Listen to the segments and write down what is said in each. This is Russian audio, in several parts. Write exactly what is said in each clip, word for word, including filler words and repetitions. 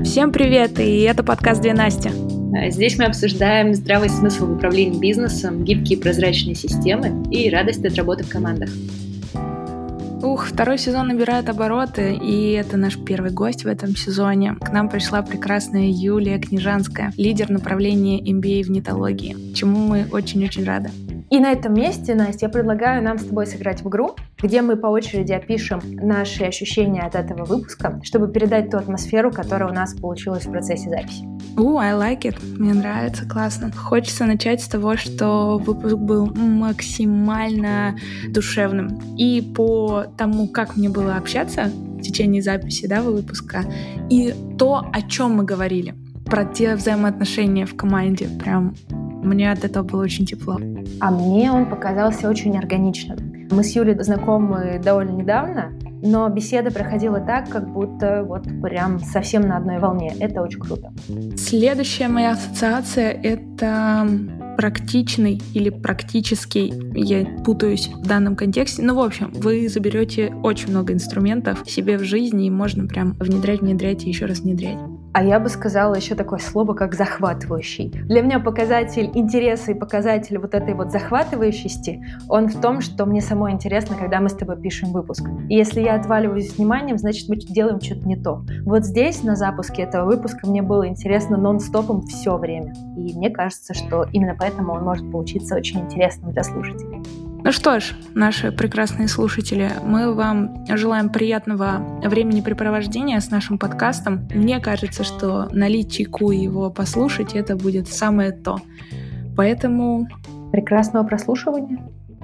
Всем привет, и это подкаст «Две Насти». Здесь мы обсуждаем здравый смысл в управлении бизнесом, гибкие прозрачные системы и радость от работы в командах. Ух, второй сезон набирает обороты, и это наш первый гость в этом сезоне. К нам пришла прекрасная Юлия Княжанская, лидер направления эм би эй в нетологии, чему мы очень-очень рады. И на этом месте, Настя, я предлагаю нам с тобой сыграть в игру, где мы по очереди опишем наши ощущения от этого выпуска, чтобы передать ту атмосферу, которая у нас получилась в процессе записи. У, I like it. Мне нравится, классно. Хочется начать с того, что выпуск был максимально душевным. И по тому, как мне было общаться в течение записи, да, выпуска, и то, о чем мы говорили, про те взаимоотношения в команде, прям мне от этого было очень тепло. А мне он показался очень органичным. Мы с Юлей знакомы довольно недавно, но беседа проходила так, как будто вот прям совсем на одной волне. Это очень круто. Следующая моя ассоциация — это практичный или практический, я путаюсь в данном контексте. Ну, в общем, вы заберете очень много инструментов себе в жизни, и можно прям внедрять, внедрять и еще раз внедрять. А я бы сказала еще такое слово, как захватывающий. Для меня показатель интереса и показатель вот этой вот захватывающести, он в том, что мне самой интересно, когда мы с тобой пишем выпуск. И если я отваливаюсь вниманием, значит, мы делаем что-то не то. Вот здесь, на запуске этого выпуска, мне было интересно нон-стопом все время. И мне кажется, что именно поэтому он может получиться очень интересным для слушателей. Ну что ж, наши прекрасные слушатели, мы вам желаем приятного времяпрепровождения с нашим подкастом. Мне кажется, что налить чайку и его послушать — это будет самое то. Поэтому... Прекрасного прослушивания.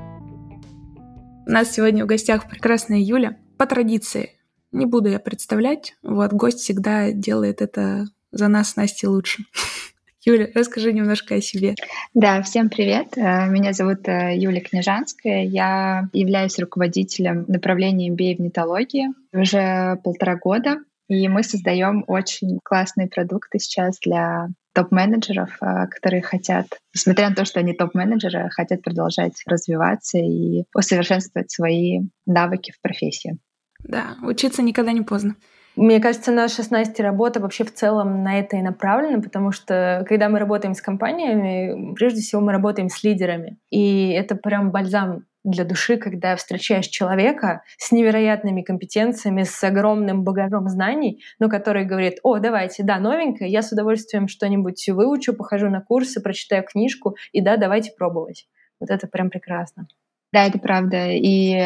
У нас сегодня в гостях прекрасная Юля. По традиции, не буду я представлять, вот гость всегда делает это за нас с Настей лучше. Юля, расскажи немножко о себе. Да, всем привет. Меня зовут Юлия Княжанская. Я являюсь руководителем направления эм би эй в нетологии уже полтора года. И мы создаем очень классные продукты сейчас для топ-менеджеров, которые хотят, несмотря на то, что они топ-менеджеры, хотят продолжать развиваться и усовершенствовать свои навыки в профессии. Да, учиться никогда не поздно. Мне кажется, наша с Настей работа вообще в целом на это и направлена, потому что когда мы работаем с компаниями, прежде всего мы работаем с лидерами. И это прям бальзам для души, когда встречаешь человека с невероятными компетенциями, с огромным багажом знаний, но который говорит: о, давайте, да, новенькое, я с удовольствием что-нибудь выучу, похожу на курсы, прочитаю книжку, и да, давайте пробовать. Вот это прям прекрасно. Да, это правда. И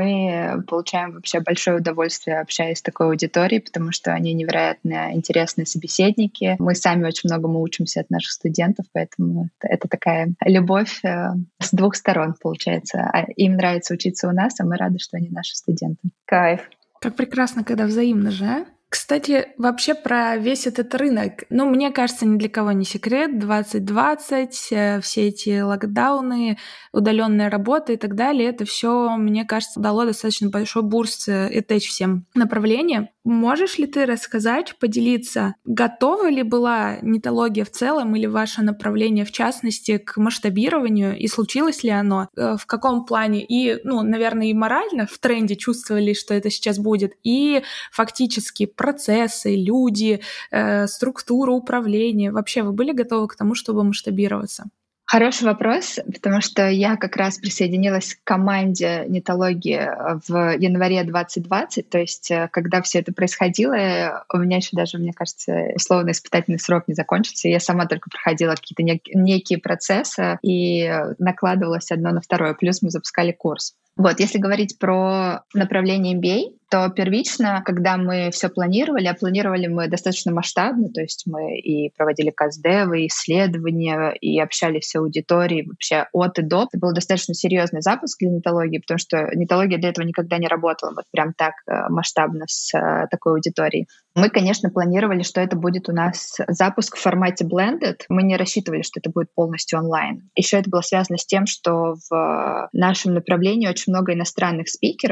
мы получаем вообще большое удовольствие, общаясь с такой аудиторией, потому что они невероятно интересные собеседники. Мы сами очень многому учимся от наших студентов, поэтому это такая любовь с двух сторон получается. Им нравится учиться у нас, а мы рады, что они наши студенты. Кайф. Как прекрасно, когда взаимно же, а? Кстати, вообще про весь этот рынок. Ну, мне кажется, ни для кого не секрет. двадцать двадцать, все эти локдауны, удаленная работа и так далее. Это все, мне кажется, дало достаточно большой бурст этич всем направлениям. Можешь ли ты рассказать, поделиться, готова ли была нетология в целом или ваше направление в частности к масштабированию, и случилось ли оно, в каком плане? И, ну, наверное, и морально в тренде чувствовали, что это сейчас будет, и фактически процессы, люди, э, структура управления. Вообще, вы были готовы к тому, чтобы масштабироваться? Хороший вопрос, потому что я как раз присоединилась к команде нетологии в январе двадцать двадцать, то есть когда все это происходило, у меня еще даже, мне кажется, условно испытательный срок не закончился, я сама только проходила какие-то нек- некие процессы и накладывалось одно на второе, плюс мы запускали курс. Вот, если говорить про направление эм би эй, то первично, когда мы все планировали, а планировали мы достаточно масштабно, то есть мы и проводили каздевы, исследования, и общались с аудиторией вообще от и до. Это был достаточно серьезный запуск для нетологии, потому что нетология до этого никогда не работала вот прям так масштабно с такой аудиторией. Мы, конечно, планировали, что это будет у нас запуск в формате blended. Мы не рассчитывали, что это будет полностью онлайн. Еще это было связано с тем, что в нашем направлении очень много иностранных спикеров,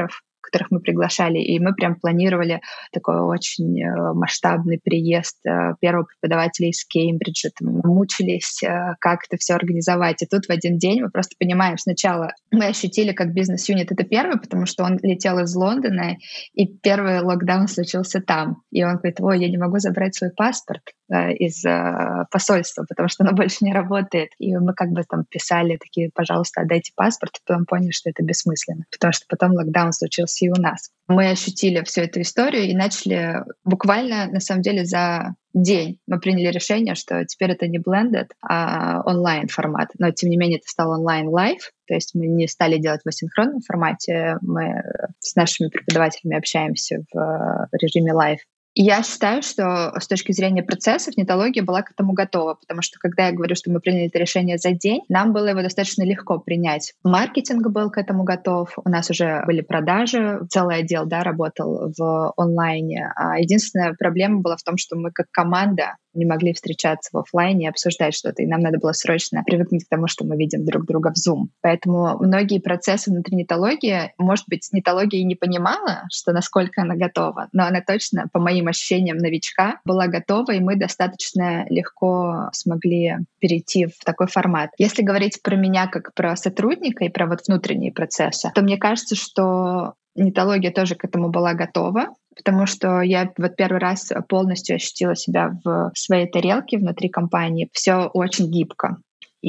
которых мы приглашали, и мы прям планировали такой очень масштабный приезд первого преподавателя из Кембриджа. Мы мучились, как это все организовать. И тут в один день мы просто понимаем, сначала мы ощутили, как бизнес-юнит — это первый, потому что он летел из Лондона, и первый локдаун случился там. И он говорит: ой, я не могу забрать свой паспорт из посольства, потому что оно больше не работает. И мы как бы там писали такие: пожалуйста, отдайте паспорт, и потом поняли, что это бессмысленно, потому что потом локдаун случился и у нас. Мы ощутили всю эту историю и начали буквально, на самом деле, за день мы приняли решение, что теперь это не blended, а онлайн формат. Но, тем не менее, это стал онлайн-лайв, то есть мы не стали делать в асинхронном формате, мы с нашими преподавателями общаемся в режиме лайв. И я считаю, что с точки зрения процессов нетология была к этому готова, потому что когда я говорю, что мы приняли это решение за день, нам было его достаточно легко принять. Маркетинг был к этому готов, у нас уже были продажи, целый отдел, да, работал в онлайне. А единственная проблема была в том, что мы как команда не могли встречаться в офлайне и обсуждать что-то, и нам надо было срочно привыкнуть к тому, что мы видим друг друга в Zoom. Поэтому многие процессы внутри нетологии, может быть, нетология и не понимала, что насколько она готова, но она точно, по моим ощущениям новичка, была готова, и мы достаточно легко смогли перейти в такой формат. Если говорить про меня как про сотрудника и про вот внутренние процессы, то мне кажется, что нетология тоже к этому была готова, потому что я вот первый раз полностью ощутила себя в своей тарелке внутри компании. Все очень гибко.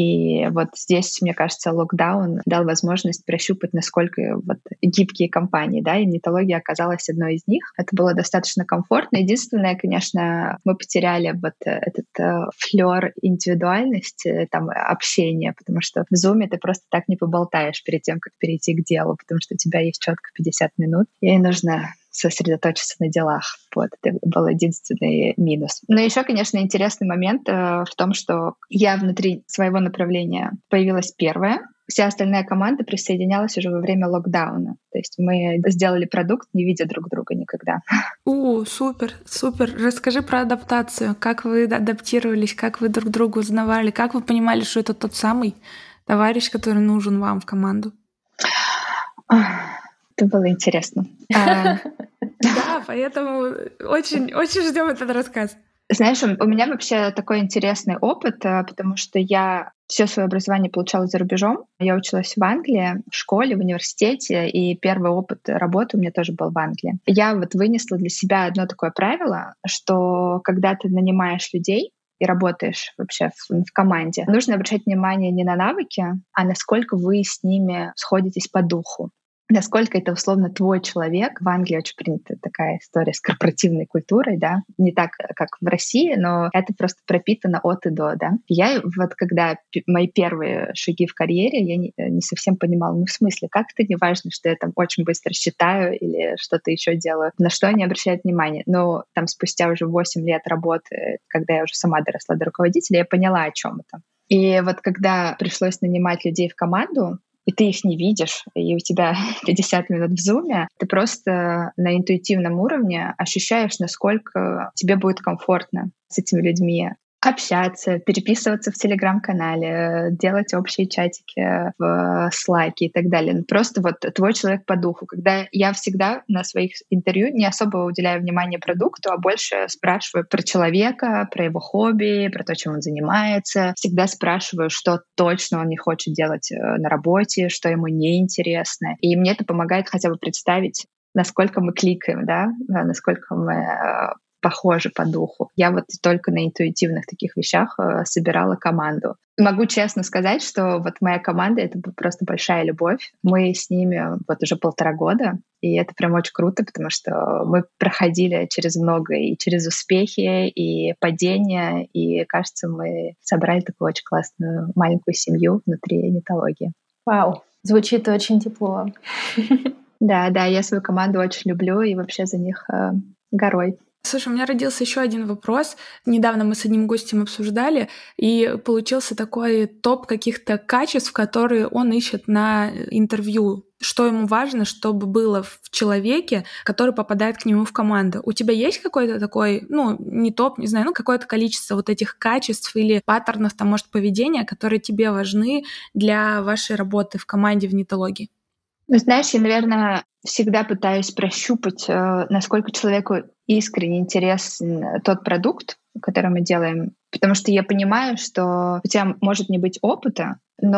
И вот здесь, мне кажется, локдаун дал возможность прощупать, насколько вот гибкие компании, да, и нетология оказалась одной из них. Это было достаточно комфортно. Единственное, конечно, мы потеряли вот этот э, флёр индивидуальности, там, общения, потому что в Zoom ты просто так не поболтаешь перед тем, как перейти к делу, потому что у тебя есть четко пятьдесят минут, и нужно сосредоточиться на делах. Вот, это был единственный минус. Но еще, конечно, интересный момент э, в том, что я внутри своего направления появилась первая. Вся остальная команда присоединялась уже во время локдауна. То есть мы сделали продукт, не видя друг друга никогда. У, супер, супер. Расскажи про адаптацию. Как вы адаптировались, как вы друг друга узнавали, как вы понимали, что это тот самый товарищ, который нужен вам в команду? Это было интересно. Да, поэтому очень, очень ждем этот рассказ. Знаешь, у меня вообще такой интересный опыт, потому что я все свое образование получала за рубежом. Я училась в Англии, в школе, в университете, и первый опыт работы у меня тоже был в Англии. Я вот вынесла для себя одно такое правило, что когда ты нанимаешь людей и работаешь вообще в, в команде, нужно обращать внимание не на навыки, а насколько вы с ними сходитесь по духу. Насколько это условно твой человек. В Англии очень принята такая история с корпоративной культурой, да, не так, как в России, но это просто пропитано от и до, да. Я вот когда мои первые шаги в карьере, я не, не совсем понимала, ну в смысле, как это не важно, что я там очень быстро считаю или что-то еще делаю, на что они обращают внимание. Но там спустя уже восемь лет работы, когда я уже сама доросла до руководителя, я поняла, о чем это. И вот когда пришлось нанимать людей в команду, и ты их не видишь, и у тебя пятьдесят минут в зуме, ты просто на интуитивном уровне ощущаешь, насколько тебе будет комфортно с этими людьми общаться, переписываться в Телеграм-канале, делать общие чатики в Слайке и так далее. Просто вот твой человек по духу. Когда я всегда на своих интервью не особо уделяю внимание продукту, а больше спрашиваю про человека, про его хобби, про то, чем он занимается. Всегда спрашиваю, что точно он не хочет делать на работе, что ему неинтересно. И мне это помогает хотя бы представить, насколько мы кликаем, да, насколько мы похожи по духу. Я вот только на интуитивных таких вещах э, собирала команду. Могу честно сказать, что вот моя команда — это просто большая любовь. Мы с ними вот уже полтора года, и это прям очень круто, потому что мы проходили через многое, и через успехи, и падения, и, кажется, мы собрали такую очень классную маленькую семью внутри нетологии. Вау, звучит очень тепло. Да, да, я свою команду очень люблю, и вообще за них э, горой. Слушай, у меня родился еще один вопрос. Недавно мы с одним гостем обсуждали, и получился такой топ каких-то качеств, которые он ищет на интервью. Что ему важно, чтобы было в человеке, который попадает к нему в команду. У тебя есть какой-то такой, ну, не топ, не знаю, ну, какое-то количество вот этих качеств или паттернов, там, может, поведения, которые тебе важны для вашей работы в команде в нетологии? Ну, знаешь, я, наверное, всегда пытаюсь прощупать, э, насколько человеку искренне интересен тот продукт, который мы делаем. Потому что я понимаю, что у тебя может не быть опыта,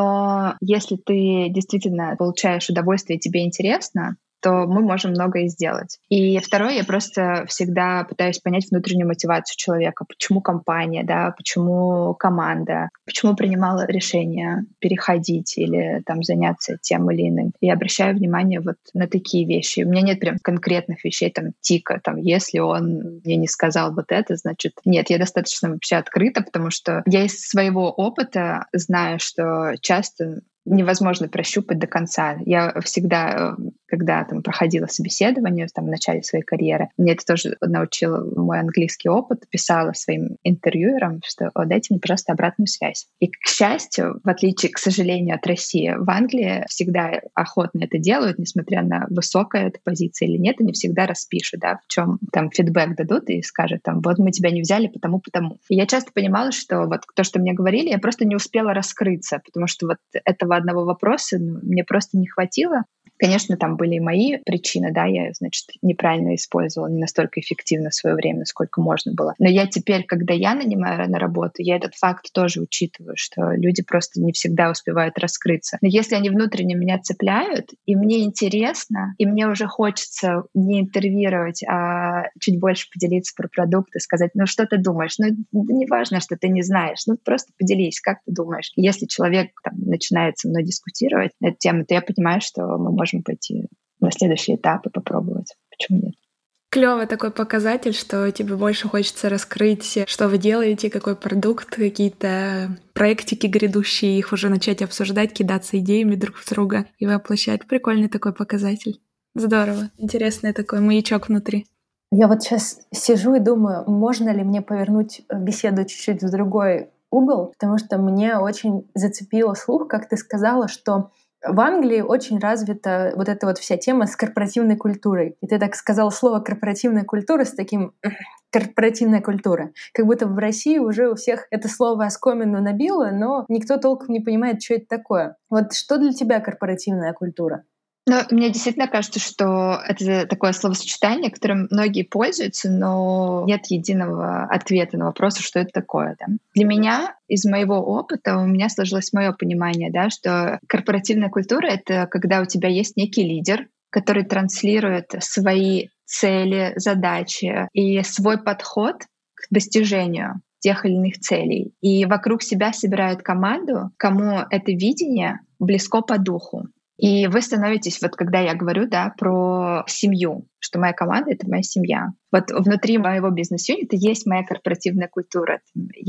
но если ты действительно получаешь удовольствие и тебе интересно, то мы можем многое сделать. И второе, я просто всегда пытаюсь понять внутреннюю мотивацию человека. Почему компания, да, почему команда, почему принимала решение переходить или там заняться тем или иным. И обращаю внимание вот на такие вещи. У меня нет прям конкретных вещей, там, тика, там, если он мне не сказал вот это, значит, нет, я достаточно вообще открыта, потому что я из своего опыта знаю, что часто невозможно прощупать до конца. Я всегда, когда там проходила собеседование там, в начале своей карьеры, мне это тоже научил мой английский опыт, писала своим интервьюерам, что «О, дайте мне, пожалуйста, обратную связь». И, к счастью, в отличие, к сожалению, от России, в Англии всегда охотно это делают, несмотря на высокая эта позиция или нет, они всегда распишут, да, в чем там фидбэк дадут и скажут, там, вот мы тебя не взяли потому-потому. И я часто понимала, что вот то, что мне говорили, я просто не успела раскрыться, потому что вот этого одного вопроса ну, мне просто не хватило. Конечно, там были и мои причины, да, я, значит, неправильно использовала, не настолько эффективно свое время, сколько можно было. Но я теперь, когда я нанимаю на работу, я этот факт тоже учитываю, что люди просто не всегда успевают раскрыться. Но если они внутренне меня цепляют, и мне интересно, и мне уже хочется не интервьюировать, а чуть больше поделиться про продукт и сказать, ну что ты думаешь? Ну не важно, что ты не знаешь, ну просто поделись, как ты думаешь. Если человек там, начинает со мной дискутировать на эту тему, то я понимаю, что мы можем пойти на следующий этап и попробовать. Почему нет? Клёво такой показатель, что тебе больше хочется раскрыть, что вы делаете, какой продукт, какие-то проектики грядущие, их уже начать обсуждать, кидаться идеями друг в друга и воплощать. Прикольный такой показатель. Здорово. Интересный такой маячок внутри. Я вот сейчас сижу и думаю, можно ли мне повернуть беседу чуть-чуть в другой угол, потому что мне очень зацепило слух, как ты сказала, что в Англии очень развита вот эта вот вся тема с корпоративной культурой. И ты так сказала слово «корпоративная культура» с таким «корпоративная культура». Как будто в России уже у всех это слово оскомину набило, но никто толком не понимает, что это такое. Вот что для тебя корпоративная культура? Но мне действительно кажется, что это такое словосочетание, которым многие пользуются, но нет единого ответа на вопрос, что это такое. Да? Для меня, из моего опыта, у меня сложилось мое понимание, да, что корпоративная культура — это когда у тебя есть некий лидер, который транслирует свои цели, задачи и свой подход к достижению тех или иных целей. И вокруг себя собирает команду, кому это видение близко по духу. И вы становитесь, вот когда я говорю, да, про семью, что моя команда — это моя семья. Вот внутри моего бизнес-юнита есть моя корпоративная культура.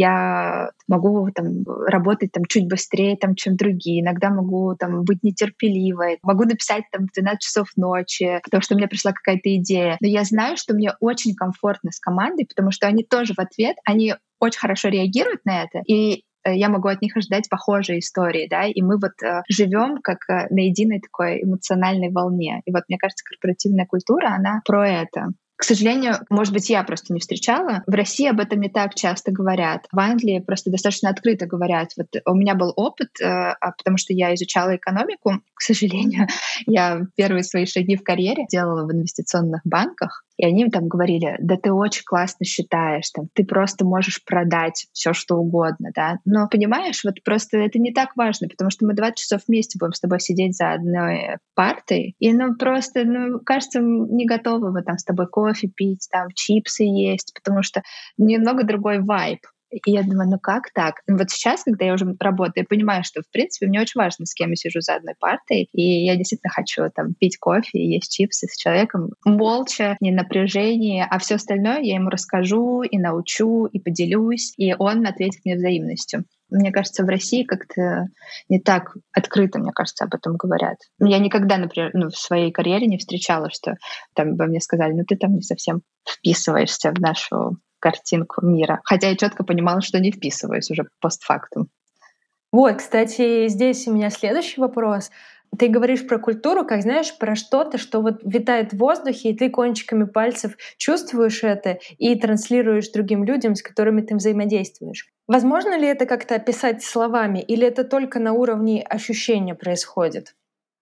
Я могу там работать там чуть быстрее, там, чем другие. Иногда могу там быть нетерпеливой. Могу написать там в двенадцать часов ночи, потому что у меня пришла какая-то идея. Но я знаю, что мне очень комфортно с командой, потому что они тоже в ответ, они очень хорошо реагируют на это. И я могу от них ожидать похожие истории, да, и мы вот э, живем как э, на единой такой эмоциональной волне. И вот мне кажется, корпоративная культура, она про это. К сожалению, может быть, я просто не встречала. В России об этом не так часто говорят. В Англии просто достаточно открыто говорят. Вот у меня был опыт, э, потому что я изучала экономику. К сожалению, я первые свои шаги в карьере делала в инвестиционных банках. И они там говорили, да ты очень классно считаешь, там, ты просто можешь продать все что угодно, да. Но понимаешь, вот просто это не так важно, потому что мы двадцать часов вместе будем с тобой сидеть за одной партой, и ну просто, ну, кажется, не готовы мы там с тобой кофе пить, там, чипсы есть, потому что немного другой вайб. И я думаю, ну как так? И вот сейчас, когда я уже работаю, я понимаю, что, в принципе, мне очень важно, с кем я сижу за одной партой, и я действительно хочу там пить кофе и есть чипсы с человеком молча, не напряжение, а все остальное я ему расскажу и научу, и поделюсь, и он ответит мне взаимностью. Мне кажется, в России как-то не так открыто, мне кажется, об этом говорят. Я никогда, например, ну, в своей карьере не встречала, что там бы мне сказали, ну ты там не совсем вписываешься в нашу картинку мира. Хотя я четко понимала, что не вписываюсь уже постфактум. Вот, кстати, здесь у меня следующий вопрос. Ты говоришь про культуру, как, знаешь, про что-то, что вот витает в воздухе, и ты кончиками пальцев чувствуешь это и транслируешь другим людям, с которыми ты взаимодействуешь. Возможно ли это как-то описать словами, или это только на уровне ощущения происходит?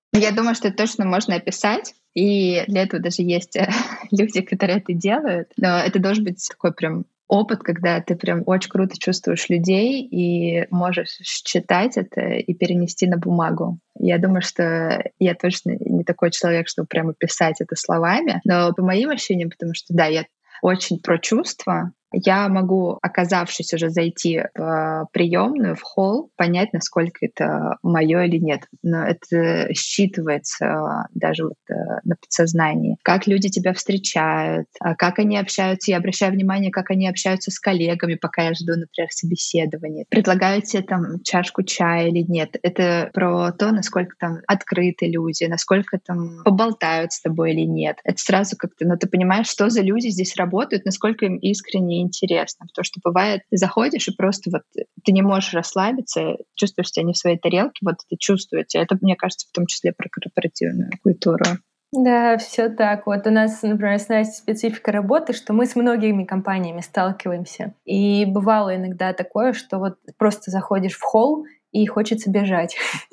Я думаю, что это точно можно описать. И для этого даже есть люди, которые это делают. Но это должен быть такой прям опыт, когда ты прям очень круто чувствуешь людей и можешь читать это и перенести на бумагу. Я думаю, что я точно не такой человек, чтобы прямо писать это словами. Но по моим ощущениям, потому что, да, я очень про чувства, я могу, оказавшись уже, зайти в приемную, в холл, понять, насколько это мое или нет. Но это считывается даже вот на подсознании. Как люди тебя встречают, как они общаются. Я обращаю внимание, как они общаются с коллегами, пока я жду, например, собеседования. Предлагают тебе там чашку чая или нет. Это про то, насколько там открыты люди, насколько там поболтают с тобой или нет. Это сразу как-то, ну, ты понимаешь, что за люди здесь работают, насколько им искренне интересно. Потому что бывает, ты заходишь и просто вот ты не можешь расслабиться, чувствуешь себя не в своей тарелке, вот это чувствуете. Это, мне кажется, в том числе про корпоративную культуру. Да, все так. Вот у нас, например, с Настей специфика работы, что мы с многими компаниями сталкиваемся. И бывало иногда такое, что вот просто заходишь в холл и хочется бежать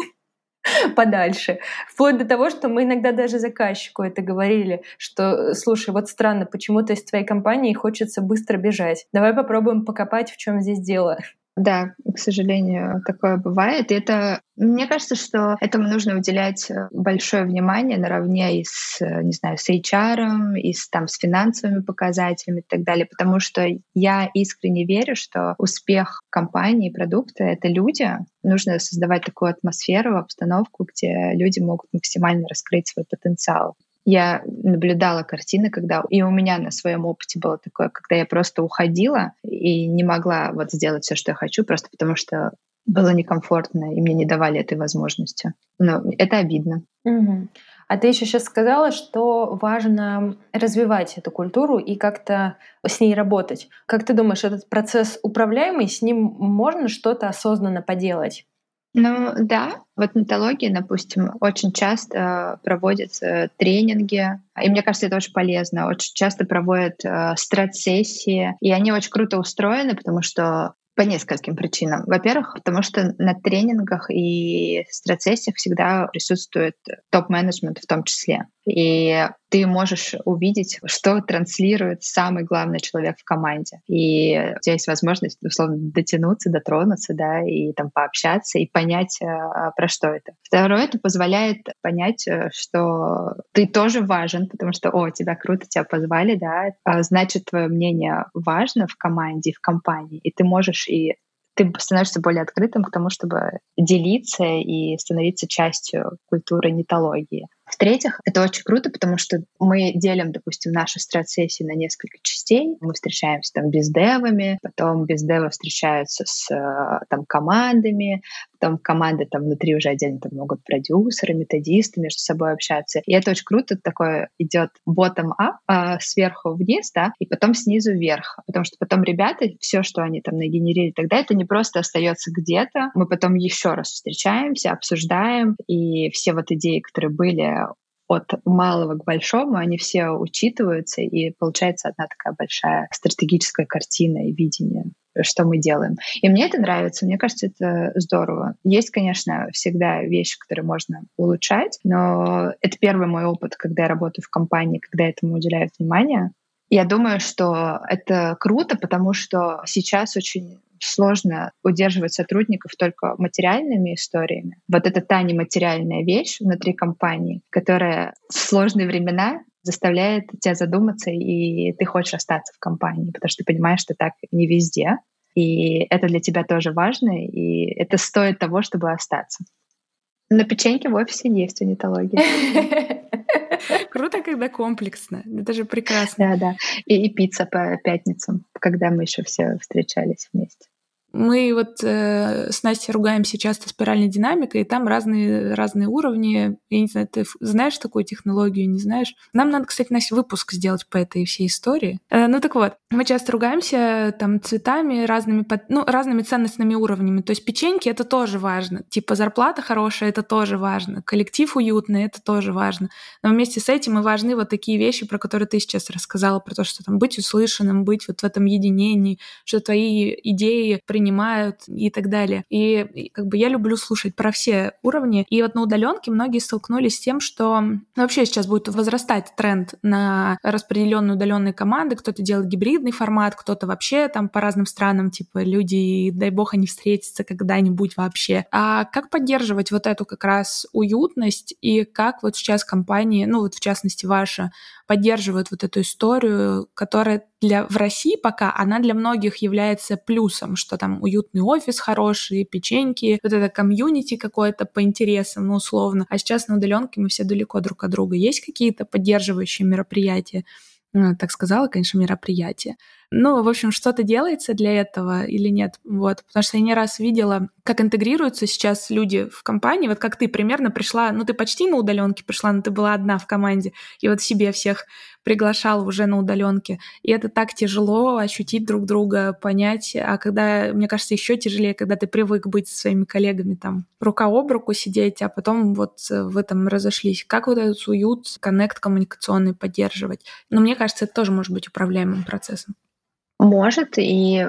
подальше. Вплоть до того, что мы иногда даже заказчику это говорили, что, слушай, вот странно, почему-то из твоей компании хочется быстро бежать. Давай попробуем покопать, в чем здесь дело. Да, к сожалению, такое бывает. И это, мне кажется, что этому нужно уделять большое внимание наравне и с, не знаю, с эйч ар, и с, там, с финансовыми показателями и так далее, потому что я искренне верю, что успех компании, продукта — это люди. Нужно создавать такую атмосферу, обстановку, где люди могут максимально раскрыть свой потенциал. Я наблюдала картины, когда и у меня на своем опыте было такое, когда я просто уходила и не могла вот сделать все, что я хочу, просто потому что было некомфортно, и мне не давали этой возможности. Но это обидно. Угу. А ты еще сейчас сказала, что важно развивать эту культуру и как-то с ней работать. Как ты думаешь, этот процесс управляемый, с ним можно что-то осознанно поделать? Ну да, вот в нетологии, допустим, очень часто проводятся тренинги, и мне кажется, это очень полезно. Очень часто проводят э, страт-сессии, и они очень круто устроены, потому что по нескольким причинам. Во-первых, потому что на тренингах и страт-сессиях всегда присутствует топ-менеджмент в том числе. И ты можешь увидеть, что транслирует самый главный человек в команде. И у тебя есть возможность, условно, дотянуться, дотронуться, да, и там пообщаться, и понять, про что это. Второе, это позволяет понять, что ты тоже важен, потому что, о, тебя круто, тебя позвали, да, значит, твое мнение важно в команде, в компании, и ты можешь и ты становишься более открытым к тому, чтобы делиться и становиться частью культуры нетологии. В-третьих, это очень круто, потому что мы делим, допустим, наши страт-сессии на несколько частей. Мы встречаемся там бездевами, потом бездевы встречаются с там, командами, потом команды там внутри уже отдельно там, могут продюсеры, методисты между собой общаться. И это очень круто, такое идет bottom-up, а, сверху вниз, да, и потом снизу вверх. Потому что потом ребята, все, что они там нагенерили тогда, это не просто остается где-то. Мы потом еще раз встречаемся, обсуждаем, и все вот идеи, которые были от малого к большому, они все учитываются, и получается одна такая большая стратегическая картина и видение, что мы делаем. И мне это нравится, мне кажется, это здорово. Есть, конечно, всегда вещи, которые можно улучшать, но это первый мой опыт, когда я работаю в компании, когда этому уделяют внимание. Я думаю, что это круто, потому что сейчас очень сложно удерживать сотрудников только материальными историями. Вот это та нематериальная вещь внутри компании, которая в сложные времена заставляет тебя задуматься, и ты хочешь остаться в компании, потому что ты понимаешь, что так не везде. И это для тебя тоже важно, и это стоит того, чтобы остаться. На печеньке в офисе есть унитология. Круто, когда комплексно. Это же прекрасно. Да, да. И, и пицца по пятницам, когда мы еще все встречались вместе. Мы вот э, с Настей ругаемся часто спиральной динамикой, и там разные, разные уровни. Я не знаю, ты знаешь такую технологию, не знаешь? Нам надо, кстати, Настя, выпуск сделать по этой всей истории. Э, ну так вот, мы часто ругаемся там цветами, разными, под, ну, разными ценностными уровнями. То есть печеньки — это тоже важно. Типа зарплата хорошая — это тоже важно. Коллектив уютный — это тоже важно. Но вместе с этим и важны вот такие вещи, про которые ты сейчас рассказала, про то, что там быть услышанным, быть вот в этом единении, что твои идеи принимаются понимают и так далее. И, и как бы я люблю слушать про все уровни. И вот на удаленке многие столкнулись с тем, что ну, вообще сейчас будет возрастать тренд на распределенные удаленные команды. Кто-то делает гибридный формат, кто-то вообще там по разным странам, типа люди, дай бог, они встретятся когда-нибудь вообще. А как поддерживать вот эту как раз уютность и как вот сейчас компании, ну вот в частности ваша, поддерживают вот эту историю, которая для, в России пока, она для многих является плюсом, что там уютный офис хороший, печеньки, вот это комьюнити какое-то по интересам, ну условно. А сейчас на удаленке мы все далеко друг от друга. Есть какие-то поддерживающие мероприятия? Так сказала, конечно, мероприятие. Ну, в общем, что-то делается для этого или нет? Вот, потому что я не раз видела, как интегрируются сейчас люди в компании. Вот как ты примерно пришла, ну, ты почти на удаленке пришла, но ты была одна в команде, и вот себе всех приглашала уже на удаленке. И это так тяжело ощутить друг друга, понять. А когда, мне кажется, еще тяжелее, когда ты привык быть со своими коллегами там рука об руку сидеть, а потом вот в этом разошлись. Как вот этот уют, коннект коммуникационный поддерживать? Но мне кажется, это тоже может быть управляемым процессом. Может, и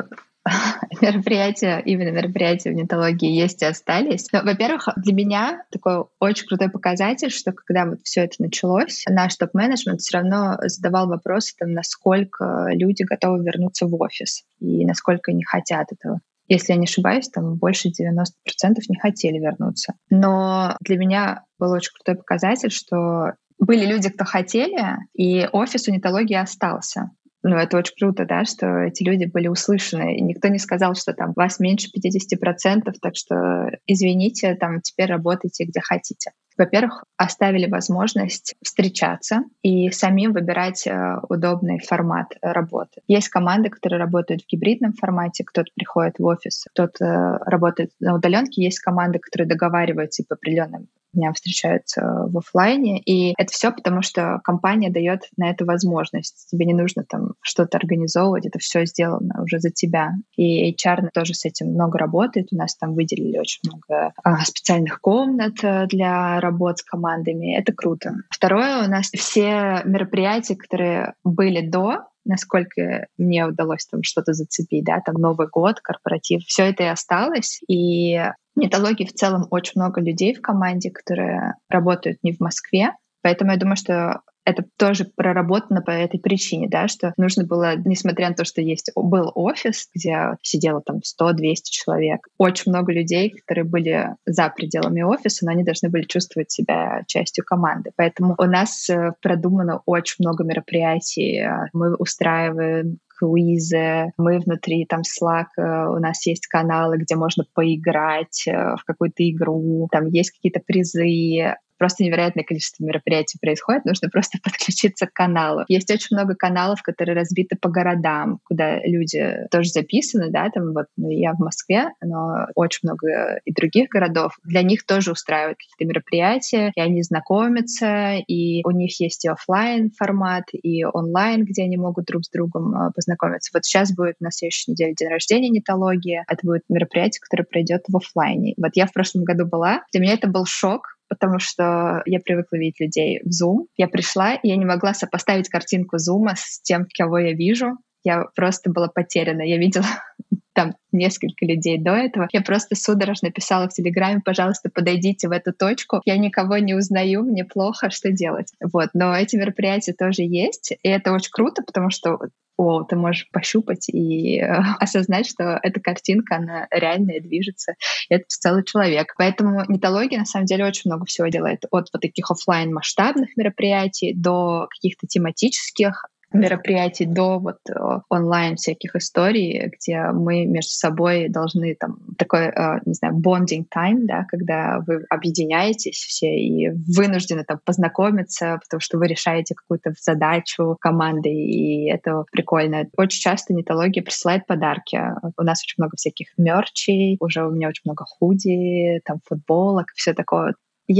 мероприятия, именно мероприятия в нетологии есть и остались. Но, во-первых, для меня такой очень крутой показатель, что когда вот все это началось, наш топ-менеджмент все равно задавал вопросы, там, насколько люди готовы вернуться в офис и насколько они хотят этого. Если я не ошибаюсь, там больше девяносто процентов не хотели вернуться. Но для меня был очень крутой показатель, что были люди, кто хотели, и офис у нетологии остался. Ну, это очень круто, да, что эти люди были услышаны. И никто не сказал, что там вас меньше пятьдесят процентов, так что извините, там теперь работайте где хотите. Во-первых, оставили возможность встречаться и самим выбирать удобный формат работы. Есть команды, которые работают в гибридном формате, кто-то приходит в офис, кто-то работает на удаленке. Есть команды, которые договариваются и по определенным дням встречаются в офлайне. И это все потому, что компания дает на это возможность. Тебе не нужно там что-то организовывать, это все сделано уже за тебя. И эйч ар тоже с этим много работает. У нас там выделили очень много а, специальных комнат для работ с командами. Это круто. Второе, у нас все мероприятия, которые были до, насколько мне удалось там что-то зацепить, да, там Новый год, корпоратив, все это и осталось. И в нетологии в целом очень много людей в команде, которые работают не в Москве, поэтому я думаю, что это тоже проработано по этой причине, да, что нужно было, несмотря на то, что есть был офис, где сидело там сто-двести человек, очень много людей, которые были за пределами офиса, но они должны были чувствовать себя частью команды. Поэтому у нас продумано очень много мероприятий. Мы устраиваем квизы, мы внутри там Slack, у нас есть каналы, где можно поиграть в какую-то игру, там есть какие-то призы. Просто невероятное количество мероприятий происходит, нужно просто подключиться к каналу. Есть очень много каналов, которые разбиты по городам, куда люди тоже записаны, да, там вот я в Москве, но очень много и других городов. Для них тоже устраивают какие-то мероприятия, и они знакомятся, и у них есть и офлайн формат, и онлайн, где они могут друг с другом познакомиться. Вот сейчас будет на следующей неделе день рождения нетологии. Это будет мероприятие, которое пройдет в офлайне. Вот я в прошлом году была. Для меня это был шок, потому что я привыкла видеть людей в Zoom. Я пришла, и я не могла сопоставить картинку Zoom с тем, кого я вижу. Я просто была потеряна. Я видела там несколько людей до этого. Я просто судорожно писала в Телеграме: пожалуйста, подойдите в эту точку. Я никого не узнаю, мне плохо, что делать? Вот. Но эти мероприятия тоже есть, и это очень круто, потому что о, ты можешь пощупать и э, осознать, что эта картинка, она реальная, движется, и это целый человек. Поэтому нетология, на самом деле, очень много всего делает. От вот таких офлайн масштабных мероприятий до каких-то тематических мероприятий, до вот онлайн всяких историй, где мы между собой должны там такой, не знаю, bonding time, да, когда вы объединяетесь все и вынуждены там познакомиться, потому что вы решаете какую-то задачу команды, и это прикольно. Очень часто нетология присылает подарки. У нас очень много всяких мерчей, уже у меня очень много худи, там футболок, все такое.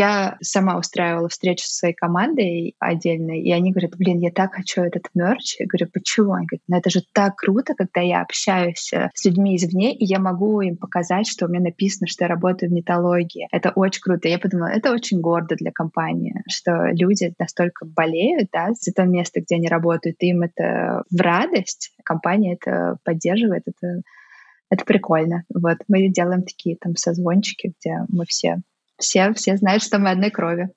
Я сама устраивала встречу со своей командой отдельной, и они говорят: блин, я так хочу этот мерч. Я говорю: почему? Они говорят: ну это же так круто, когда я общаюсь с людьми извне, и я могу им показать, что у меня написано, что я работаю в нетологии. Это очень круто. Я подумала, это очень гордо для компании, что люди настолько болеют, да, за то место, где они работают, и им это в радость. Компания это поддерживает, это Это прикольно. Вот мы делаем такие там созвончики, где мы все, все, все знают, что мы одной крови.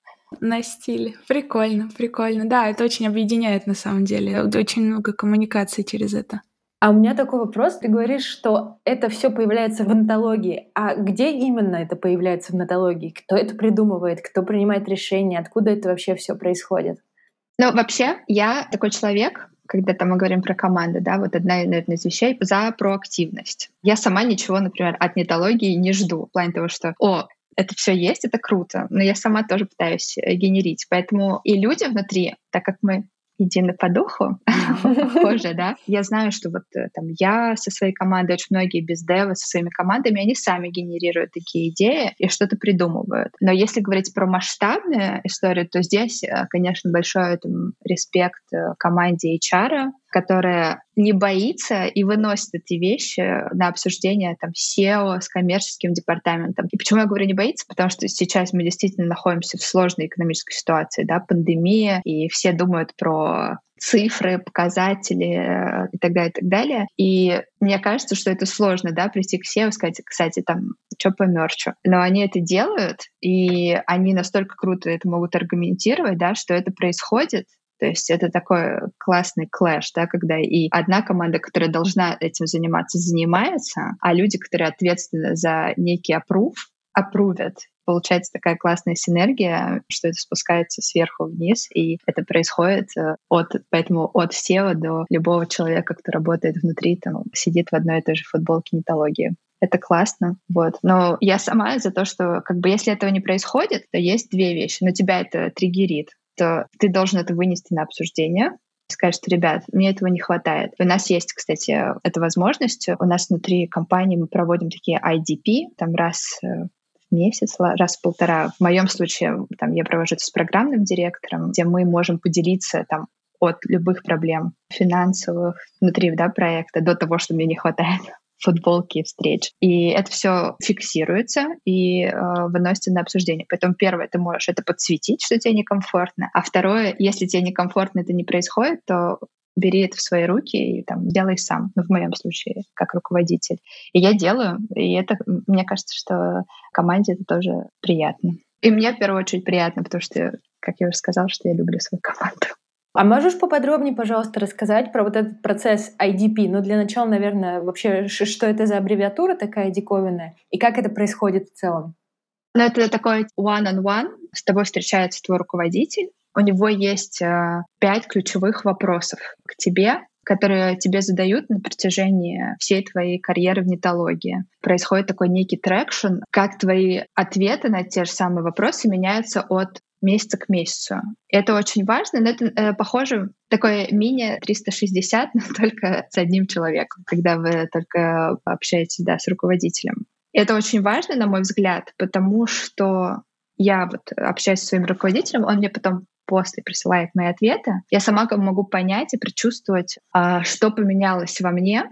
На стиле. Прикольно, прикольно. Да, это очень объединяет на самом деле. Очень много коммуникации через это. А у меня такой вопрос. Ты говоришь, что это все появляется в онтологии. А где именно это появляется в онтологии? Кто это придумывает? Кто принимает решения? Откуда это вообще все происходит? Ну, вообще, я такой человек, когда там мы говорим про команду, да, вот одна, наверное, из вещей за проактивность. Я сама ничего, например, от нетологии не жду. В плане того, что «О, это все есть, это круто», но я сама тоже пытаюсь генерить. Поэтому и люди внутри, так как мы едины по духу, похоже, да. Я знаю, что вот там я со своей командой, очень многие бездевы со своими командами, они сами генерируют такие идеи и что-то придумывают. Но если говорить про масштабную историю, то здесь, конечно, большой там, респект команде эйч ар, которая не боится и выносит эти вещи на обсуждение там, сео с коммерческим департаментом. И почему я говорю не боится? Потому что сейчас мы действительно находимся в сложной экономической ситуации, да, пандемия, и все думают про цифры, показатели и так далее, и так далее. И мне кажется, что это сложно, да, прийти к сео и сказать, кстати, там, что по мерчу. Но они это делают, и они настолько круто это могут аргументировать, да, что это происходит. То есть это такой классный клэш, да, когда и одна команда, которая должна этим заниматься, занимается, а люди, которые ответственны за некий аппрув, аппрувят. Получается такая классная синергия, что это спускается сверху вниз, и это происходит от, поэтому от сео до любого человека, кто работает внутри, там, сидит в одной и той же футболке нетологии. Это классно, вот. Но я сама за то, что как бы если этого не происходит, то есть две вещи. Но тебя это триггерит, то ты должен это вынести на обсуждение, сказать, что, ребят, мне этого не хватает. У нас есть, кстати, эта возможность. У нас внутри компании мы проводим такие ай ди пи, там раз в месяц, раз в полтора. В моем случае там, я провожу это с программным директором, где мы можем поделиться там, от любых проблем финансовых внутри да, проекта до того, что мне не хватает футболки и встреч. И это все фиксируется и э, выносится на обсуждение. Поэтому первое, ты можешь это подсветить, что тебе некомфортно. А второе, если тебе некомфортно это не происходит, то бери это в свои руки и там, делай сам. Ну, в моем случае, как руководитель. И я делаю. И это, мне кажется, что команде это тоже приятно. И мне в первую очередь приятно, потому что, как я уже сказала, что я люблю свою команду. А можешь поподробнее, пожалуйста, рассказать про вот этот процесс ай ди пи? Ну, для начала, наверное, вообще, что это за аббревиатура такая диковинная и как это происходит в целом? Ну, это такой one-on-one. С тобой встречается твой руководитель. У него есть э, пять ключевых вопросов к тебе, которые тебе задают на протяжении всей твоей карьеры в нетологии. Происходит такой некий трекшн, как твои ответы на те же самые вопросы меняются от месяца к месяцу. Это очень важно, но это э, похоже такое мини триста шестьдесят, но только с одним человеком, когда вы только общаетесь да, с руководителем. Это очень важно, на мой взгляд, потому что я вот общаюсь со своим руководителем, он мне потом после присылает мои ответы. Я сама могу понять и прочувствовать, э, что поменялось во мне,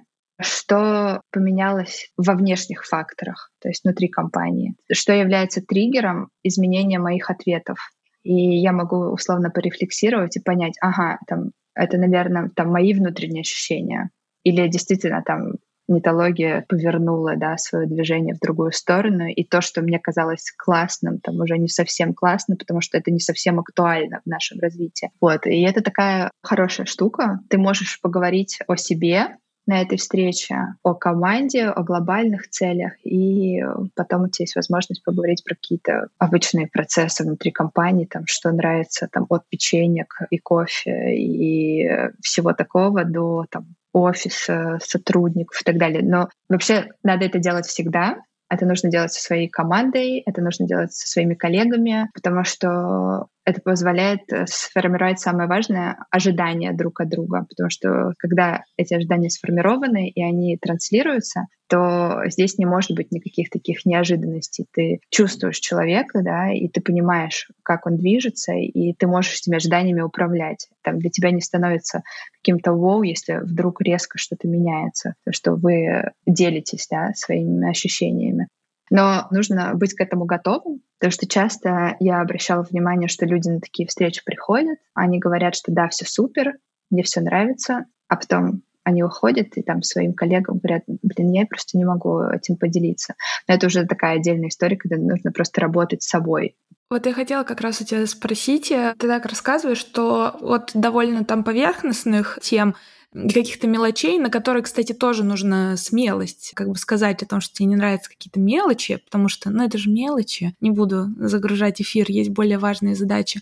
что поменялось во внешних факторах, то есть внутри компании, что является триггером изменения моих ответов. И я могу условно порефлексировать и понять, ага, там, это, наверное, там мои внутренние ощущения. Или действительно там нетология повернула да, свое движение в другую сторону, и то, что мне казалось классным, там уже не совсем классно, потому что это не совсем актуально в нашем развитии. Вот. И это такая хорошая штука. Ты можешь поговорить о себе на этой встрече, о команде, о глобальных целях, и потом у тебя есть возможность поговорить про какие-то обычные процессы внутри компании, там, что нравится там, от печенек и кофе и всего такого до там, офиса, сотрудников и так далее. Но вообще надо это делать всегда. Это нужно делать со своей командой, это нужно делать со своими коллегами, потому что это позволяет сформировать самое важное — ожидания друг от друга. Потому что когда эти ожидания сформированы и они транслируются, то здесь не может быть никаких таких неожиданностей. Ты чувствуешь человека, да, и ты понимаешь, как он движется, и ты можешь этими ожиданиями управлять. Там для тебя не становится каким-то воу, если вдруг резко что-то меняется, то, что вы делитесь да, своими ощущениями. Но нужно быть к этому готовым, потому что часто я обращала внимание, что люди на такие встречи приходят, они говорят, что да, все супер, мне все нравится, а потом они уходят и там своим коллегам говорят: блин, я просто не могу этим поделиться. Но это уже такая отдельная история, когда нужно просто работать с собой. Вот я хотела как раз у тебя спросить, ты так рассказываешь, что от довольно там поверхностных тем и каких-то мелочей, на которые, кстати, тоже нужна смелость, как бы сказать о том, что тебе не нравятся какие-то мелочи, потому что, ну, это же мелочи, не буду загружать эфир, есть более важные задачи,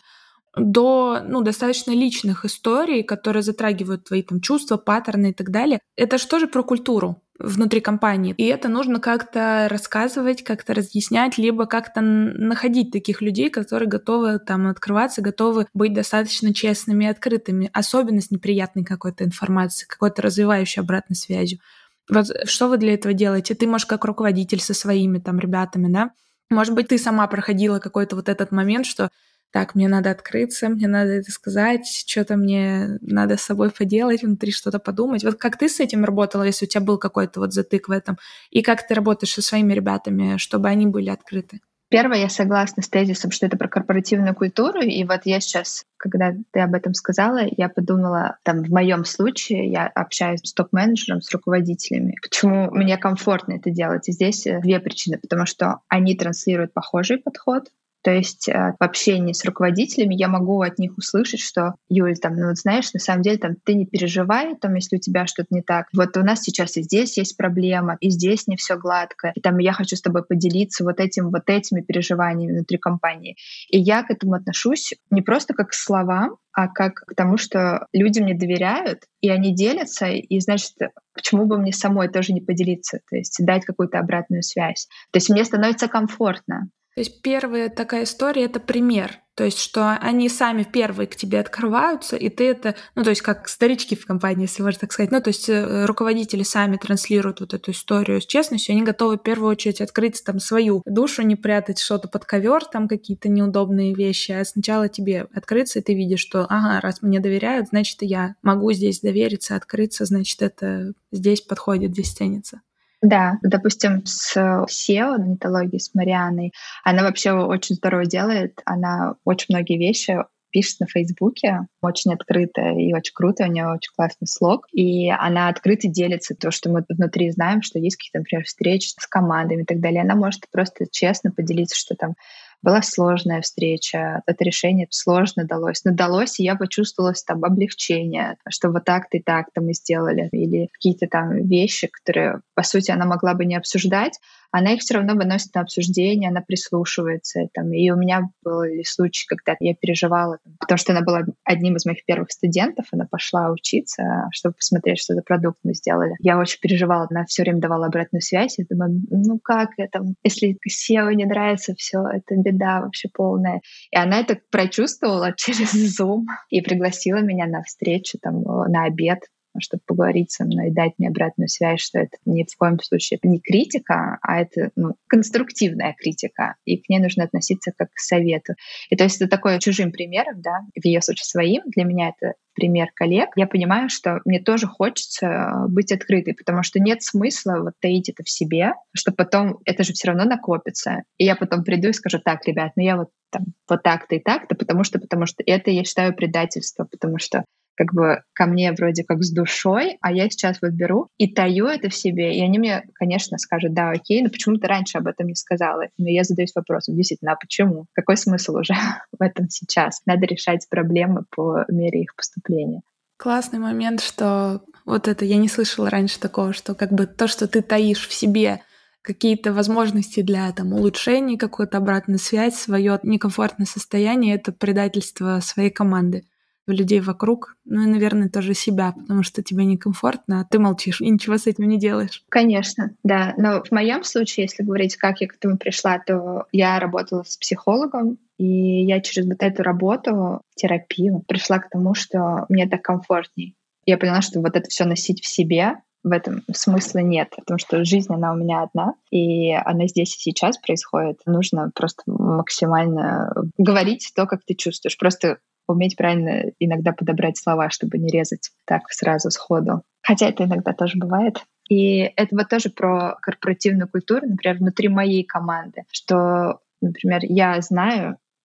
до, ну, достаточно личных историй, которые затрагивают твои там чувства, паттерны и так далее. Это же тоже про культуру внутри компании. И это нужно как-то рассказывать, как-то разъяснять, либо как-то находить таких людей, которые готовы там открываться, готовы быть достаточно честными и открытыми, особенно с неприятной какой-то информацией, какой-то развивающей обратной связью. Вот что вы для этого делаете? Ты, может, как руководитель со своими там ребятами, да? Может быть, ты сама проходила какой-то вот этот момент, что так, мне надо открыться, мне надо это сказать, что-то мне надо с собой поделать, внутри что-то подумать. Вот как ты с этим работала, если у тебя был какой-то вот затык в этом? И как ты работаешь со своими ребятами, чтобы они были открыты? Первое, я согласна с тезисом, что это про корпоративную культуру. И вот я сейчас, когда ты об этом сказала, я подумала, там, в моем случае я общаюсь с топ-менеджером, с руководителями. Почему мне комфортно это делать? И здесь две причины. Потому что они транслируют похожий подход. То есть в общении с руководителями я могу от них услышать, что: Юль, там, ну вот знаешь, на самом деле там, ты не переживай, там, если у тебя что-то не так. Вот у нас сейчас и здесь есть проблема, и здесь не все гладко. И там я хочу с тобой поделиться вот этим, вот этими переживаниями внутри компании. И я к этому отношусь не просто как к словам, а как к тому, что люди мне доверяют, и они делятся, и, значит, почему бы мне самой тоже не поделиться, то есть дать какую-то обратную связь. То есть мне становится комфортно. То есть первая такая история — это пример. То есть что они сами первые к тебе открываются, и ты это... Ну, то есть как старички в компании, если можно так сказать. Ну, то есть руководители сами транслируют вот эту историю с честностью, они готовы в первую очередь открыть там свою душу, не прятать что-то под ковер, там какие-то неудобные вещи, а сначала тебе открыться, и ты видишь, что, ага, раз мне доверяют, значит, и я могу здесь довериться, открыться, значит, это здесь подходит, здесь ценится. Да, допустим, с сео, нетологией, с Марианой, она вообще очень здорово делает. Она очень многие вещи пишет на Фейсбуке, очень открытая и очень круто, у нее очень классный слог. И она открыто делится то, что мы внутри знаем, что есть какие-то, например, встречи с командами и так далее. Она может просто честно поделиться, что там была сложная встреча, это решение сложно далось. Но далось, и я почувствовала там облегчение, что вот так-то и так-то мы сделали. Или какие-то там вещи, которые, по сути, она могла бы не обсуждать, она их все равно выносит на обсуждение, она прислушивается. Там. И у меня были случаи, когда я переживала, там, потому что она была одним из моих первых студентов, она пошла учиться, чтобы посмотреть, что за продукт мы сделали. Я очень переживала, она все время давала обратную связь. Я думаю, ну как это? Если сео не нравится, все, это беда вообще полная. И она это прочувствовала через Zoom и пригласила меня на встречу, там, на обед, чтобы поговорить со мной и дать мне обратную связь, что это ни в коем случае это не критика, а это ну, конструктивная критика, и к ней нужно относиться как к совету. И то есть это такое чужим примером, да, в ее случае своим, для меня это пример коллег. Я понимаю, что мне тоже хочется быть открытой, потому что нет смысла вот таить это в себе, что потом это же все равно накопится. И я потом приду и скажу: так, ребят, ну я вот там вот так-то и так-то, потому что, потому что это я считаю предательство, потому что как бы ко мне вроде как с душой, а я сейчас вот беру и таю это в себе. И они мне, конечно, скажут: да, окей, но почему ты раньше об этом не сказала? Но я задаюсь вопросом: действительно, а почему? Какой смысл уже в этом сейчас? Надо решать проблемы по мере их поступления. Классный момент, что вот это я не слышала раньше такого, что как бы то, что ты таишь в себе какие-то возможности для там улучшения, какой-то обратной связи, свое некомфортное состояние — это предательство своей команды, людей вокруг, ну и, наверное, тоже себя, потому что тебе некомфортно, а ты молчишь и ничего с этим не делаешь. Конечно, да. Но в моем случае, если говорить, как я к этому пришла, то я работала с психологом, и я через вот эту работу, терапию, пришла к тому, что мне так комфортней. Я поняла, что вот это все носить в себе, в этом смысла нет, потому что жизнь, она у меня одна, и она здесь и сейчас происходит. Нужно просто максимально говорить то, как ты чувствуешь. Просто уметь правильно иногда подобрать слова, чтобы не резать так сразу сходу. Хотя это иногда тоже бывает. И это вот тоже про корпоративную культуру, например, внутри моей команды, что, например, я знаю,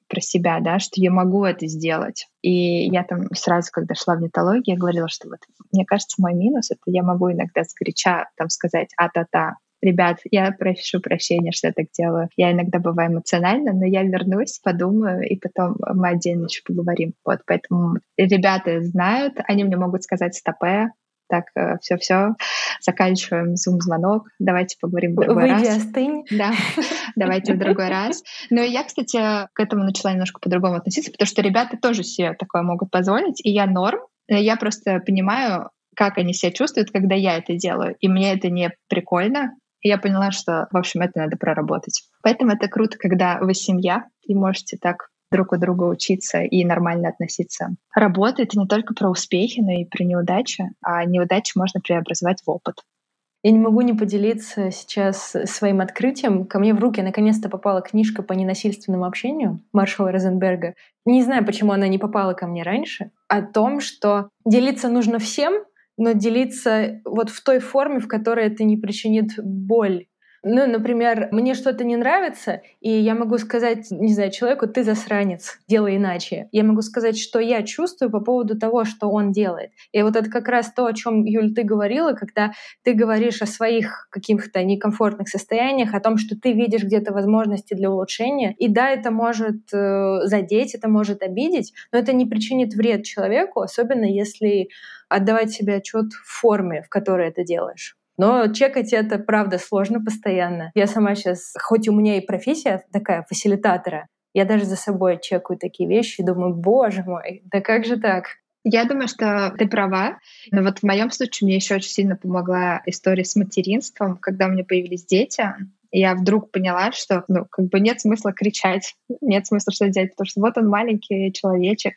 про себя, да, что я могу это сделать. И я там сразу, когда шла в нетологию, я говорила, что вот мне кажется, мой минус — это я могу иногда сгоряча там сказать а-та-та. Ребят, я прошу прощения, что я так делаю. Я иногда бываю эмоциональна, но я вернусь, подумаю, и потом мы отдельно еще поговорим. Вот, поэтому ребята знают, они мне могут сказать стопэ, так, все-все, заканчиваем зум-звонок, давайте поговорим в другой Выйди, раз. остынь. Да, давайте в другой раз. Но я, кстати, к этому начала немножко по-другому относиться, потому что ребята тоже себе такое могут позволить, и я норм. Я просто понимаю, как они себя чувствуют, когда я это делаю, и мне это не прикольно. И я поняла, что, в общем, это надо проработать. Поэтому это круто, когда вы семья, и можете так друг у друга учиться и нормально относиться. Работа — это не только про успехи, но и про неудачи, а неудачи можно преобразовать в опыт. Я не могу не поделиться сейчас своим открытием. Ко мне в руки наконец-то попала книжка по ненасильственному общению Маршала Розенберга. Не знаю, почему она не попала ко мне раньше. О том, что делиться нужно всем, но делиться вот в той форме, в которой это не причинит боль. Ну, например, мне что-то не нравится, и я могу сказать, не знаю, человеку: ты засранец, делай иначе. Я могу сказать, что я чувствую по поводу того, что он делает. И вот это как раз то, о чем, Юль, ты говорила, когда ты говоришь о своих каких-то некомфортных состояниях, о том, что ты видишь где-то возможности для улучшения. И да, это может э, задеть, это может обидеть, но это не причинит вред человеку, особенно если отдавать себе отчет в форме, в которой это делаешь. Но чекать это, правда, сложно постоянно. Я сама сейчас, хоть у меня и профессия такая, фасилитатора, я даже за собой чекаю такие вещи и думаю: боже мой, да как же так? Я думаю, что ты права. Но вот в моем случае мне еще очень сильно помогла история с материнством, когда у меня появились дети. Я вдруг поняла, что ну, как бы нет смысла кричать, нет смысла что-то делать, потому что вот он маленький человечек,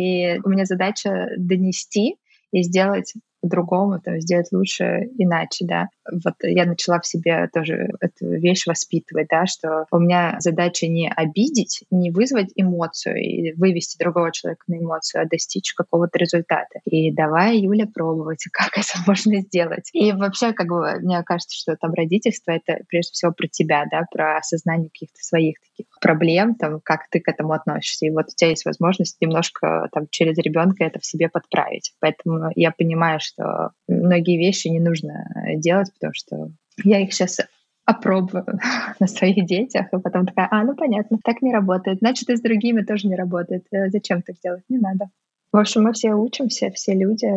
и у меня задача донести и сделать по-другому, там, сделать лучше, иначе, да. Вот я начала в себе тоже эту вещь воспитывать, да, что у меня задача не обидеть, не вызвать эмоцию и вывести другого человека на эмоцию, а достичь какого-то результата. И давай, Юля, пробовать, как это можно сделать. И вообще, как бы, мне кажется, что там родительство — это прежде всего про тебя, да, про осознание каких-то своих таких проблем, там, как ты к этому относишься. И вот у тебя есть возможность немножко там через ребенка это в себе подправить. Поэтому я понимаю, что многие вещи не нужно делать, потому что я их сейчас опробую на своих детях, и потом такая: а, ну понятно, так не работает. Значит, и с другими тоже не работает. Зачем так делать? Не надо. В общем, мы все учимся, все люди.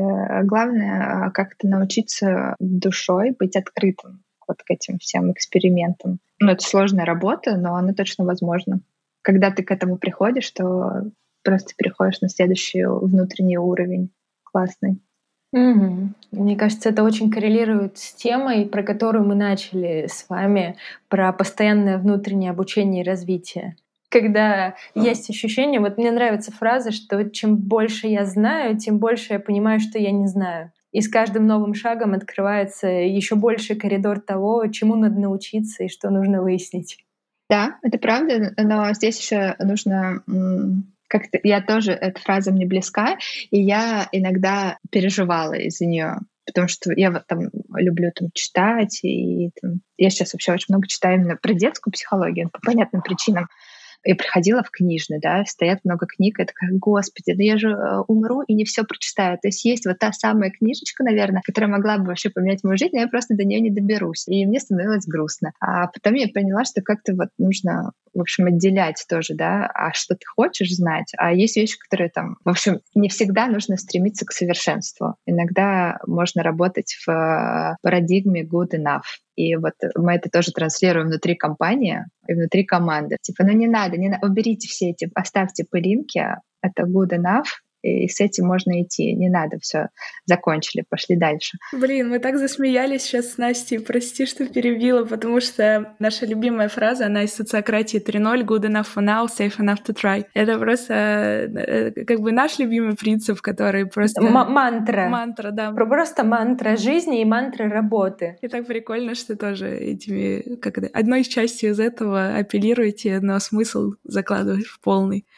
Главное как-то научиться душой быть открытым вот к этим всем экспериментам. Ну, это сложная работа, но она точно возможна. Когда ты к этому приходишь, то просто переходишь на следующий внутренний уровень. Классный. Угу. Мне кажется, это очень коррелирует с темой, про которую мы начали с вами, про постоянное внутреннее обучение и развитие. Когда есть ощущение, вот мне нравится фраза, что чем больше я знаю, тем больше я понимаю, что я не знаю. И с каждым новым шагом открывается еще больший коридор того, чему надо научиться и что нужно выяснить. Да, это правда, но здесь еще нужно как-то... Я тоже, эта фраза мне близка, и я иногда переживала из-за нее, потому что я вот там люблю там читать, и там, я сейчас вообще очень много читаю именно про детскую психологию по понятным причинам. Я приходила в книжный, да, стоят много книг, я такая: господи, да я же умру и не все прочитаю. То есть есть вот та самая книжечка, наверное, которая могла бы вообще поменять мою жизнь, но я просто до нее не доберусь. И мне становилось грустно. А потом я поняла, что как-то вот нужно, в общем, отделять тоже, да, а что ты хочешь знать, а есть вещи, которые там... В общем, не всегда нужно стремиться к совершенству. Иногда можно работать в парадигме good enough. И вот мы это тоже транслируем внутри компании и внутри команды. Типа, ну не надо, не надо, уберите все эти, оставьте пылинки, это good enough, и с этим можно идти. Не надо, все, закончили, пошли дальше. Блин, мы так засмеялись сейчас с Настей, прости, что перебила, потому что наша любимая фраза, она из социократии три ноль: good enough for now, safe enough to try. Это просто как бы наш любимый принцип, который просто... М- мантра. Мантра, да. Просто мантра жизни и мантра работы. И так прикольно, что тоже этими, как это, одной частью из этого апеллируете, но смысл закладываешь в полный.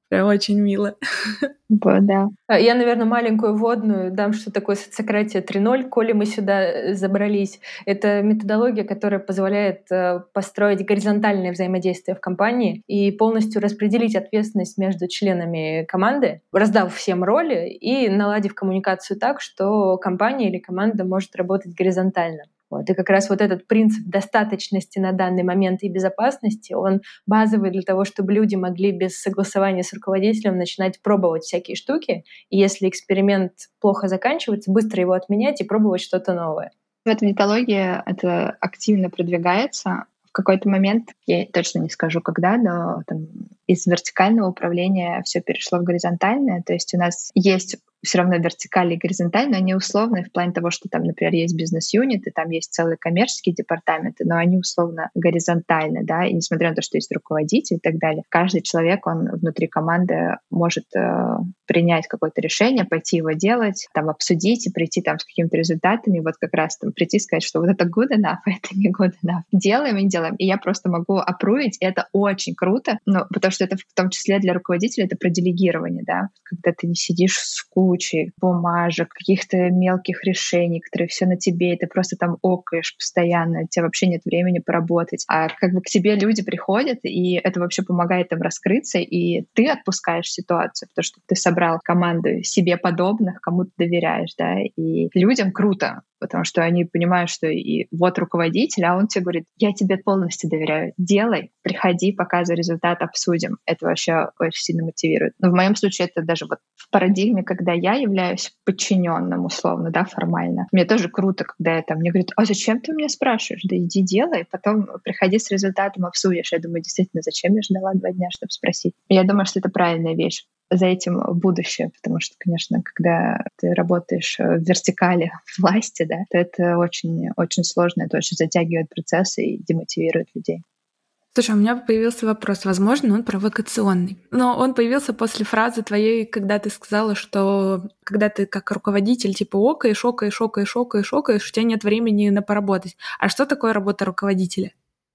Прям очень мило. Вот, да. Я, наверное, маленькую вводную дам, что такое социократия три ноль, коли мы сюда забрались. Это методология, которая позволяет построить горизонтальное взаимодействие в компании и полностью распределить ответственность между членами команды, раздав всем роли и наладив коммуникацию так, что компания или команда может работать горизонтально. Вот. И как раз вот этот принцип достаточности на данный момент и безопасности, он базовый для того, чтобы люди могли без согласования с руководителем начинать пробовать всякие штуки. И если эксперимент плохо заканчивается, быстро его отменять и пробовать что-то новое. В этой методологии это активно продвигается. В какой-то момент, я точно не скажу когда, но там, из вертикального управления все перешло в горизонтальное. То есть у нас есть все равно вертикали и горизонталь, но они условные в плане того, что там, например, есть бизнес-юнит, и там есть целые коммерческие департаменты, но они условно горизонтальны, да, и несмотря на то, что есть руководитель и так далее, каждый человек, он внутри команды может э, принять какое-то решение, пойти его делать, там, обсудить и прийти там с какими-то результатами, вот как раз там прийти и сказать, что вот это good enough, а это не good enough. Делаем и не делаем. И я просто могу апрувить, и это очень круто, но потому что это в том числе для руководителя это про делегирование, да, когда ты не сидишь с кучей бумажек, каких-то мелких решений, которые все на тебе, и ты просто там окаешь постоянно, у тебя вообще нет времени поработать. А как бы к тебе люди приходят, и это вообще помогает им раскрыться, и ты отпускаешь ситуацию, потому что ты собрал команду себе подобных, кому ты доверяешь, да, и людям круто, потому что они понимают, что и вот руководитель, а он тебе говорит, я тебе полностью доверяю, делай, приходи, показывай результат, обсудим. Это вообще очень сильно мотивирует. Но в моем случае это даже вот в парадигме, когда я являюсь подчиненным условно, да, формально. Мне тоже круто, когда я там, мне говорят, а зачем ты меня спрашиваешь? Да иди делай, потом приходи с результатом, обсудишь. Я думаю, действительно, зачем я ждала два дня, чтобы спросить? Я думаю, что это правильная вещь. За этим будущее, потому что, конечно, когда ты работаешь в вертикали власти, да, то это очень, очень сложно, это очень затягивает процессы и демотивирует людей. Слушай, у меня появился вопрос, возможно, он провокационный, но он появился после фразы твоей, когда ты сказала, что когда ты как руководитель типа окаешь, окаешь, окаешь, окаешь, окаешь, у тебя нет времени на поработать. А что такое работа руководителя?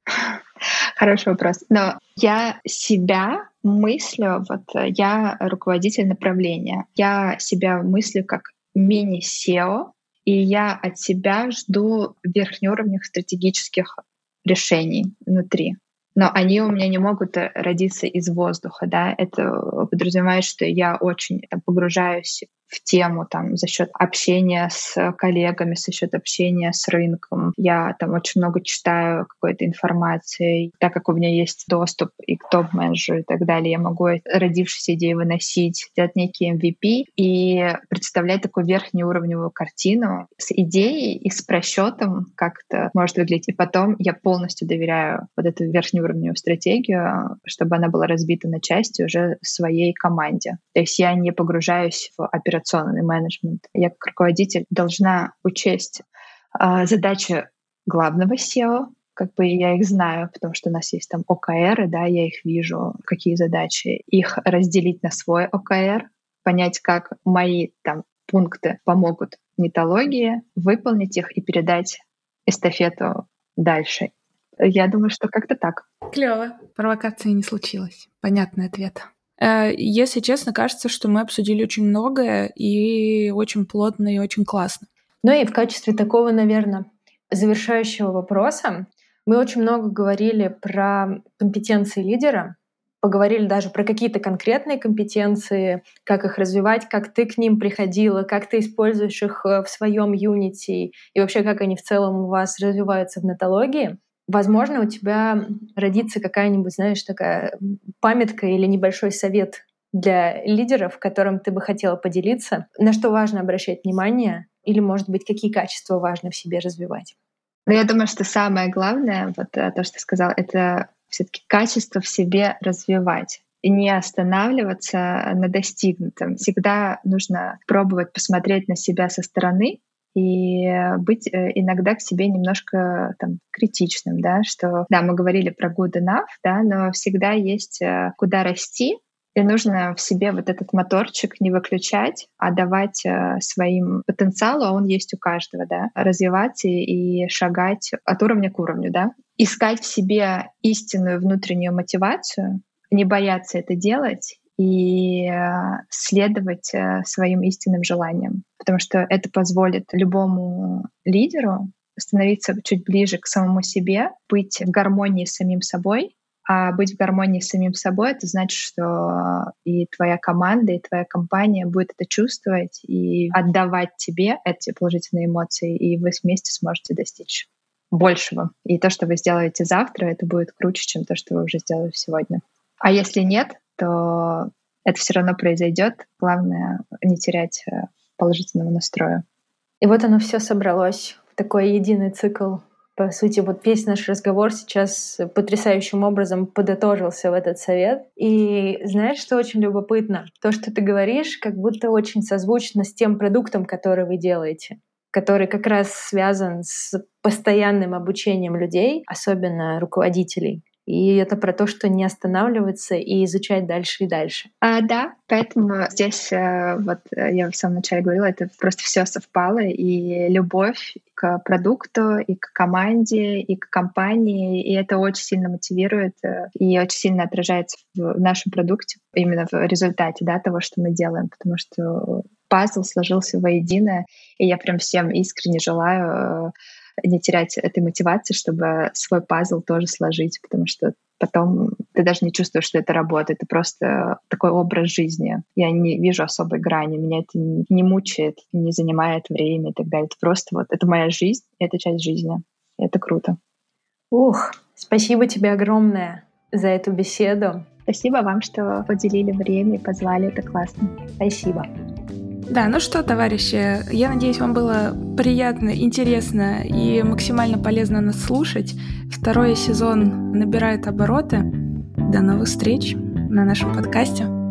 Хороший вопрос. Но я себя мыслю, вот я руководитель направления, я себя мыслю как мини-сео, и я от себя жду верхнеуровневых стратегических решений внутри. Но они у меня не могут родиться из воздуха, да, это подразумевает, что я очень там, погружаюсь в тему там, за счет общения с коллегами, за счет общения с рынком. Я там очень много читаю какой-то информации. Так как у меня есть доступ и к топ-менеджеру и так далее, я могу родившиеся идеи выносить, делать некий эм ви пи и представлять такую верхнеуровневую картину с идеей и с просчетом, как это может выглядеть. И потом я полностью доверяю вот эту верхнеуровневую стратегию, чтобы она была разбита на части уже своей команде. То есть я не погружаюсь в операционный менеджмент. Я как руководитель должна учесть э, задачи главного сео, как бы я их знаю, потому что у нас есть там о ка эр, да, я их вижу, какие задачи, их разделить на свой о ка эр, понять, как мои там пункты помогут нетологии, выполнить их и передать эстафету дальше. Я думаю, что как-то так. Клево. Провокации не случилось. Понятный ответ. Если честно, кажется, что мы обсудили очень многое и очень плотно и очень классно. Ну и в качестве такого, наверное, завершающего вопроса мы очень много говорили про компетенции лидера, поговорили даже про какие-то конкретные компетенции, как их развивать, как ты к ним приходила, как ты используешь их в своем юнити и вообще как они в целом у вас развиваются в нетологии. Возможно, у тебя родится какая-нибудь, знаешь, такая памятка или небольшой совет для лидеров, которым ты бы хотела поделиться, на что важно обращать внимание или, может быть, какие качества важно в себе развивать. Но я думаю, что самое главное, вот то, что ты сказал, это все-таки качество в себе развивать и не останавливаться на достигнутом. Всегда нужно пробовать посмотреть на себя со стороны и быть иногда к себе немножко там, критичным, да, что, да, мы говорили про good enough, да, но всегда есть куда расти, и нужно в себе вот этот моторчик не выключать, а давать своим потенциалу, а он есть у каждого, да, развиваться и шагать от уровня к уровню, да, искать в себе истинную внутреннюю мотивацию, не бояться это делать и следовать своим истинным желаниям, потому что это позволит любому лидеру становиться чуть ближе к самому себе, быть в гармонии с самим собой. А быть в гармонии с самим собой — это значит, что и твоя команда, и твоя компания будет это чувствовать и отдавать тебе эти положительные эмоции, и вы вместе сможете достичь большего. И то, что вы сделаете завтра, это будет круче, чем то, что вы уже сделали сегодня. А если нет, то это все равно произойдет. Главное — не терять положительного настроя. И вот оно все собралось в такой единый цикл. По сути, вот весь наш разговор сейчас потрясающим образом подытожился в этот совет. И знаешь, что очень любопытно? То, что ты говоришь, как будто очень созвучно с тем продуктом, который вы делаете, который как раз связан с постоянным обучением людей, особенно руководителей. И это про то, что не останавливаться и изучать дальше и дальше. А, да, поэтому здесь, вот я в самом начале говорила, это просто все совпало, и любовь к продукту, и к команде, и к компании, и это очень сильно мотивирует и очень сильно отражается в нашем продукте, именно в результате, да, того, что мы делаем, потому что пазл сложился воедино, и я прям всем искренне желаю не терять этой мотивации, чтобы свой пазл тоже сложить, потому что потом ты даже не чувствуешь, что это работает, это просто такой образ жизни. Я не вижу особой грани, меня это не мучает, не занимает время и так далее. Это просто вот, это моя жизнь, это часть жизни. И это круто. Ух, спасибо тебе огромное за эту беседу. Спасибо вам, что поделили время и позвали, это классно. Спасибо. Да, ну что, товарищи, я надеюсь, вам было приятно, интересно и максимально полезно нас слушать. Второй сезон набирает обороты. До новых встреч на нашем подкасте.